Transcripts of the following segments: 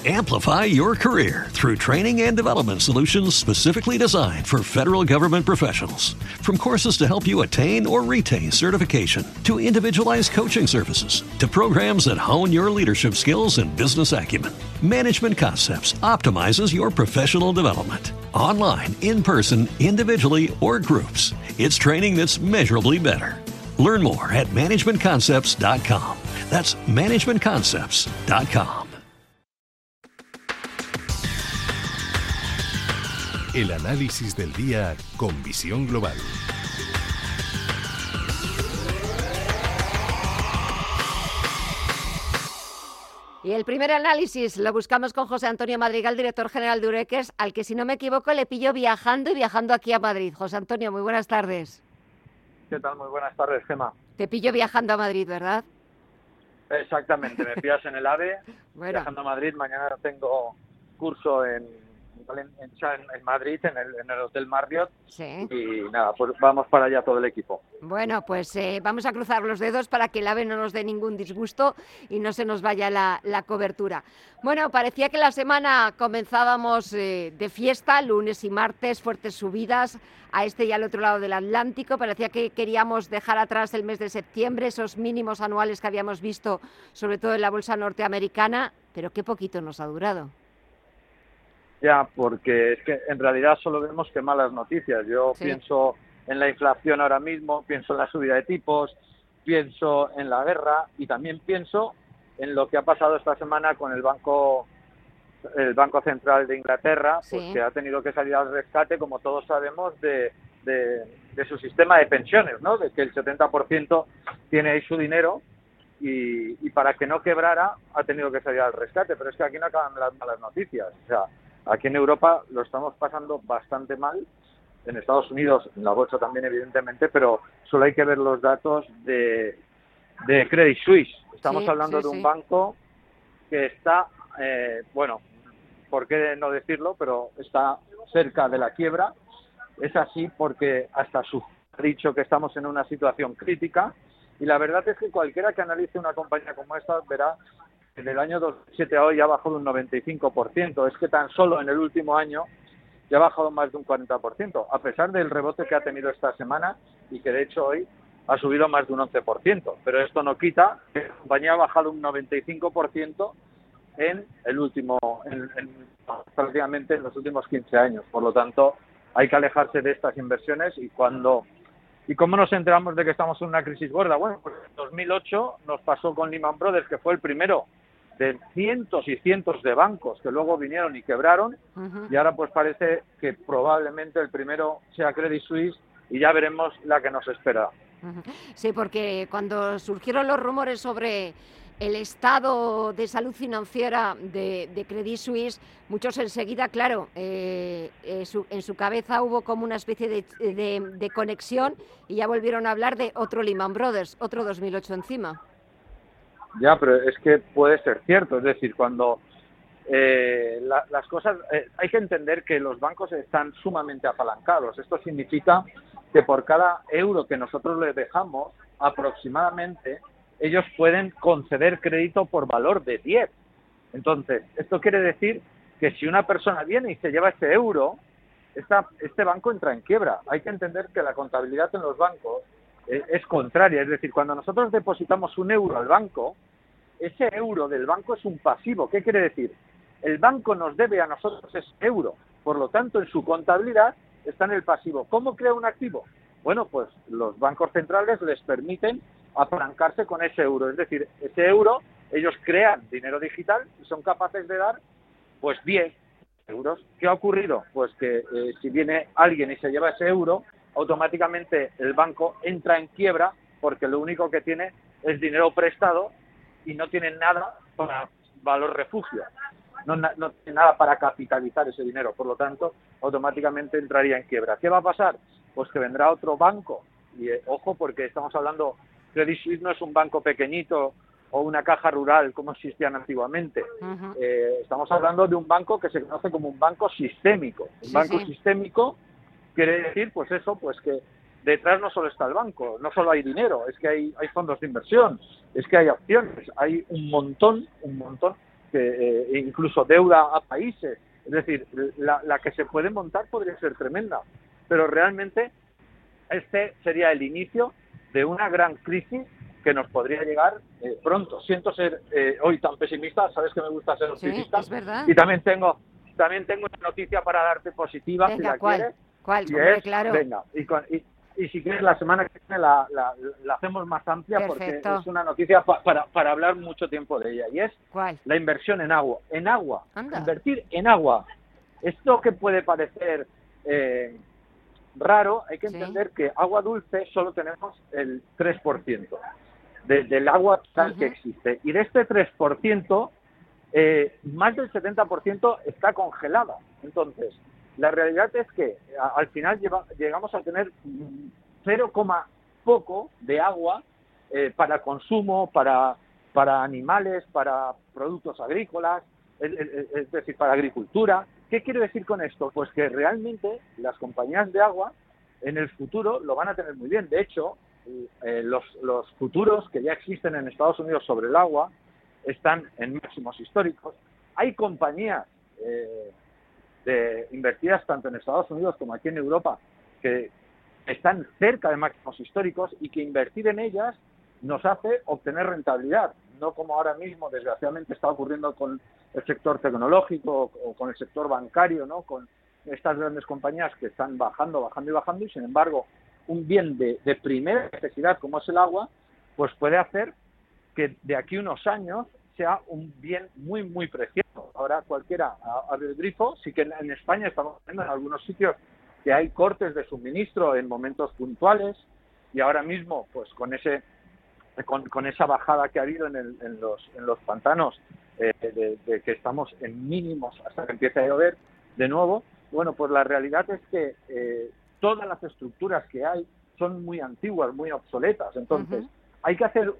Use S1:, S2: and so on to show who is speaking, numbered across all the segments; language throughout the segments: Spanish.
S1: Amplify your career through training and development solutions specifically designed for federal government professionals. From courses to help you attain or retain certification, to individualized coaching services, to programs that hone your leadership skills and business acumen, Management Concepts optimizes your professional development. Online, in person, individually, or groups, it's training that's measurably better. Learn more at managementconcepts.com. That's managementconcepts.com.
S2: El análisis del día con visión global.
S3: Y el primer análisis lo buscamos con José Antonio Madrigal, director general de Eureques, al que, si no me equivoco, le pillo viajando aquí a Madrid. José Antonio, muy buenas tardes.
S4: ¿Qué tal? Muy buenas tardes, Gemma.
S3: Te pillo viajando a Madrid, ¿verdad?
S4: Exactamente, me pillas en el AVE,
S3: bueno.
S4: Viajando a Madrid. Mañana tengo curso en Madrid, en el Hotel Marriott.
S3: Sí.
S4: Y nada, pues vamos para allá todo el equipo.
S3: Bueno, pues vamos a cruzar los dedos para que el AVE no nos dé ningún disgusto y no se nos vaya la cobertura. Bueno, parecía que la semana comenzábamos de fiesta, lunes y martes, fuertes subidas a este y al otro lado del Atlántico. Parecía que queríamos dejar atrás el mes de septiembre, esos mínimos anuales que habíamos visto, sobre todo en la bolsa norteamericana, pero qué poquito nos ha durado.
S4: Ya, porque es que en realidad solo vemos que malas noticias. Yo pienso en la inflación ahora mismo, pienso en la subida de tipos, pienso en la guerra y también pienso en lo que ha pasado esta semana con el Banco Central de Inglaterra, pues que ha tenido que salir al rescate, como todos sabemos, de su sistema de pensiones, ¿no? De que el 70% tiene ahí su dinero y para que no quebrara ha tenido que salir al rescate. Pero es que aquí no acaban las malas noticias. O sea, aquí en Europa lo estamos pasando bastante mal, en Estados Unidos, en la bolsa también evidentemente, pero solo hay que ver los datos de Credit Suisse. Estamos hablando de un banco que está, bueno, por qué no decirlo, pero está cerca de la quiebra. Es así porque hasta su ha dicho que estamos en una situación crítica y la verdad es que cualquiera que analice una compañía como esta verá que del año 2007 a hoy ha bajado un 95%. Es que tan solo en el último año ya ha bajado más de un 40%, a pesar del rebote que ha tenido esta semana y que de hecho hoy ha subido más de un 11%. Pero esto no quita que la compañía ha bajado un 95% en el último, prácticamente en los últimos 15 años. Por lo tanto, hay que alejarse de estas inversiones ¿Y cómo nos enteramos de que estamos en una crisis gorda? Bueno, pues en 2008 nos pasó con Lehman Brothers, que fue el primero de cientos y cientos de bancos que luego vinieron y quebraron, y ahora pues parece que probablemente el primero sea Credit Suisse y ya veremos la que nos espera.
S3: Sí, porque cuando surgieron los rumores sobre el estado de salud financiera de Credit Suisse, muchos enseguida, claro, en su cabeza hubo como una especie de conexión y ya volvieron a hablar de otro Lehman Brothers, otro 2008 encima.
S4: Ya, pero es que puede ser cierto, es decir, cuando las cosas... hay que entender que los bancos están sumamente apalancados. Esto significa que por cada euro que nosotros les dejamos, aproximadamente, ellos pueden conceder crédito por valor de 10. Entonces, esto quiere decir que si una persona viene y se lleva ese euro, este banco entra en quiebra. Hay que entender que la contabilidad en los bancos es contraria. Es decir, cuando nosotros depositamos un euro al banco, ese euro del banco es un pasivo. ¿Qué quiere decir? El banco nos debe a nosotros ese euro. Por lo tanto, en su contabilidad está en el pasivo. ¿Cómo crea un activo? Bueno, pues los bancos centrales les permiten apalancarse con ese euro. Es decir, ese euro, ellos crean dinero digital y son capaces de dar, pues 10 euros. ¿Qué ha ocurrido? Pues que si viene alguien y se lleva ese euro, automáticamente el banco entra en quiebra porque lo único que tiene es dinero prestado y no tiene nada para valor refugio. No tiene nada para capitalizar ese dinero. Por lo tanto, automáticamente entraría en quiebra. ¿Qué va a pasar? Pues que vendrá otro banco. Y ojo, porque estamos hablando... Credit Suisse no es un banco pequeñito o una caja rural como existían antiguamente. Estamos hablando de un banco que se conoce como un banco sistémico. Un banco sistémico quiere decir, pues eso, pues que detrás no solo está el banco, no solo hay dinero, es que hay fondos de inversión, es que hay acciones, hay un montón incluso deuda a países. Es decir, la que se puede montar podría ser tremenda, pero realmente este sería el inicio de una gran crisis que nos podría llegar pronto. Siento ser hoy tan pesimista, sabes que me gusta ser optimista.
S3: Sí, es verdad.
S4: Y también tengo una noticia para darte positiva.
S3: Venga,
S4: si la
S3: ¿cuál?
S4: quieres.
S3: ¿Cuál?
S4: Y
S3: Claro.
S4: Venga, y si quieres la semana que viene la hacemos más amplia.
S3: Perfecto.
S4: Porque es una noticia para hablar mucho tiempo de ella, y es
S3: ¿Cuál?
S4: la inversión en agua.
S3: Anda.
S4: Invertir en agua. Esto que puede parecer raro, hay que entender que agua dulce solo tenemos el 3% del agua total que existe, y de este 3%, más del 70% está congelada. Entonces, la realidad es que al final llegamos a tener 0, poco de agua para consumo, para animales, para productos agrícolas, es decir, para agricultura. ¿Qué quiero decir con esto? Pues que realmente las compañías de agua en el futuro lo van a tener muy bien. De hecho, los futuros que ya existen en Estados Unidos sobre el agua están en máximos históricos. Hay compañías invertidas tanto en Estados Unidos como aquí en Europa que están cerca de máximos históricos, y que invertir en ellas nos hace obtener rentabilidad, no como ahora mismo desgraciadamente está ocurriendo con el sector tecnológico o con el sector bancario, ¿no? Con estas grandes compañías que están bajando, y sin embargo un bien de primera necesidad como es el agua, pues puede hacer que de aquí a unos años sea un bien muy, muy precioso. Ahora cualquiera abre el grifo. Sí que en España estamos viendo en algunos sitios que hay cortes de suministro en momentos puntuales, y ahora mismo pues con esa bajada que ha habido en los pantanos, de que estamos en mínimos hasta que empiece a llover de nuevo, bueno, pues la realidad es que todas las estructuras que hay son muy antiguas, muy obsoletas. Entonces, hay que hacer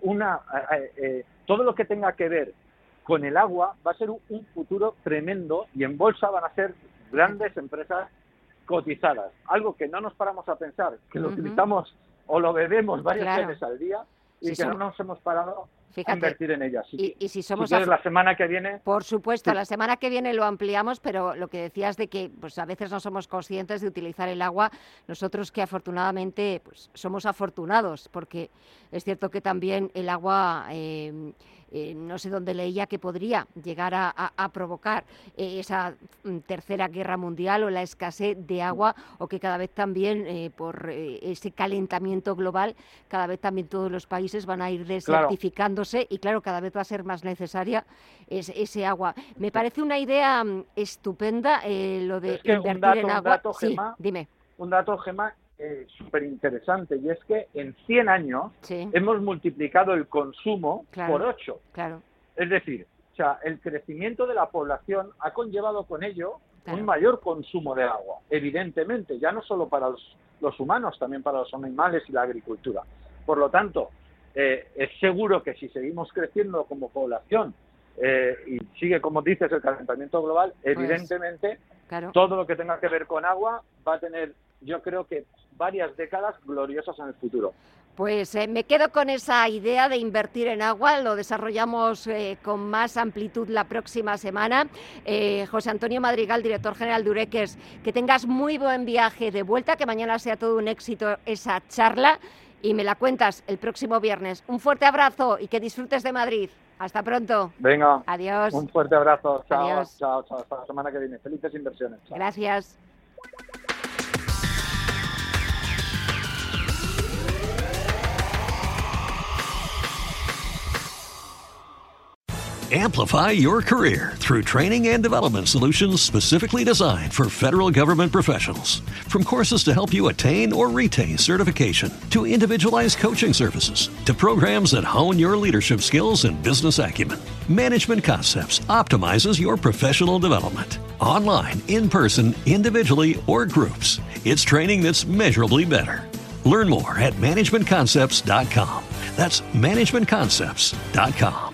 S4: todo lo que tenga que ver con el agua va a ser un futuro tremendo, y en bolsa van a ser grandes empresas cotizadas. Algo que no nos paramos a pensar, que lo utilizamos o lo bebemos varias veces al día, y que no nos hemos parado a invertir en ellas.
S3: Y si somos
S4: la semana que viene...
S3: Por supuesto, la semana que viene lo ampliamos, pero lo que decías de que pues a veces no somos conscientes de utilizar el agua, nosotros que afortunadamente pues somos afortunados, porque es cierto que también el agua... no sé dónde leía que podría llegar a provocar esa tercera guerra mundial, o la escasez de agua, o que cada vez también por ese calentamiento global, cada vez también todos los países van a ir desertificándose, y claro, cada vez va a ser más necesaria ese agua. Me parece una idea estupenda lo de invertir en agua. Dime.
S4: Un dato, Gemma, súper interesante, y es que en 100 años hemos multiplicado el consumo por 8.
S3: Claro.
S4: Es decir, o sea, el crecimiento de la población ha conllevado con ello un mayor consumo de agua, evidentemente, ya no solo para los humanos, también para los animales y la agricultura. Por lo tanto, es seguro que si seguimos creciendo como población y sigue, como dices, el calentamiento global, evidentemente todo lo que tenga que ver con agua va a tener, yo creo que varias décadas gloriosas en el futuro.
S3: Pues me quedo con esa idea de invertir en agua, lo desarrollamos con más amplitud la próxima semana. José Antonio Madrigal, director general de Eureques, que tengas muy buen viaje de vuelta, que mañana sea todo un éxito esa charla, y me la cuentas el próximo viernes. Un fuerte abrazo y que disfrutes de Madrid. Hasta pronto.
S4: Venga.
S3: Adiós.
S4: Un fuerte abrazo. Chao.
S3: Adiós.
S4: Chao. Hasta la semana que viene. Felices inversiones. Chao.
S3: Gracias.
S1: Amplify your career through training and development solutions specifically designed for federal government professionals. From courses to help you attain or retain certification, to individualized coaching services, to programs that hone your leadership skills and business acumen, Management Concepts optimizes your professional development. Online, in person, individually, or groups, it's training that's measurably better. Learn more at managementconcepts.com. That's managementconcepts.com.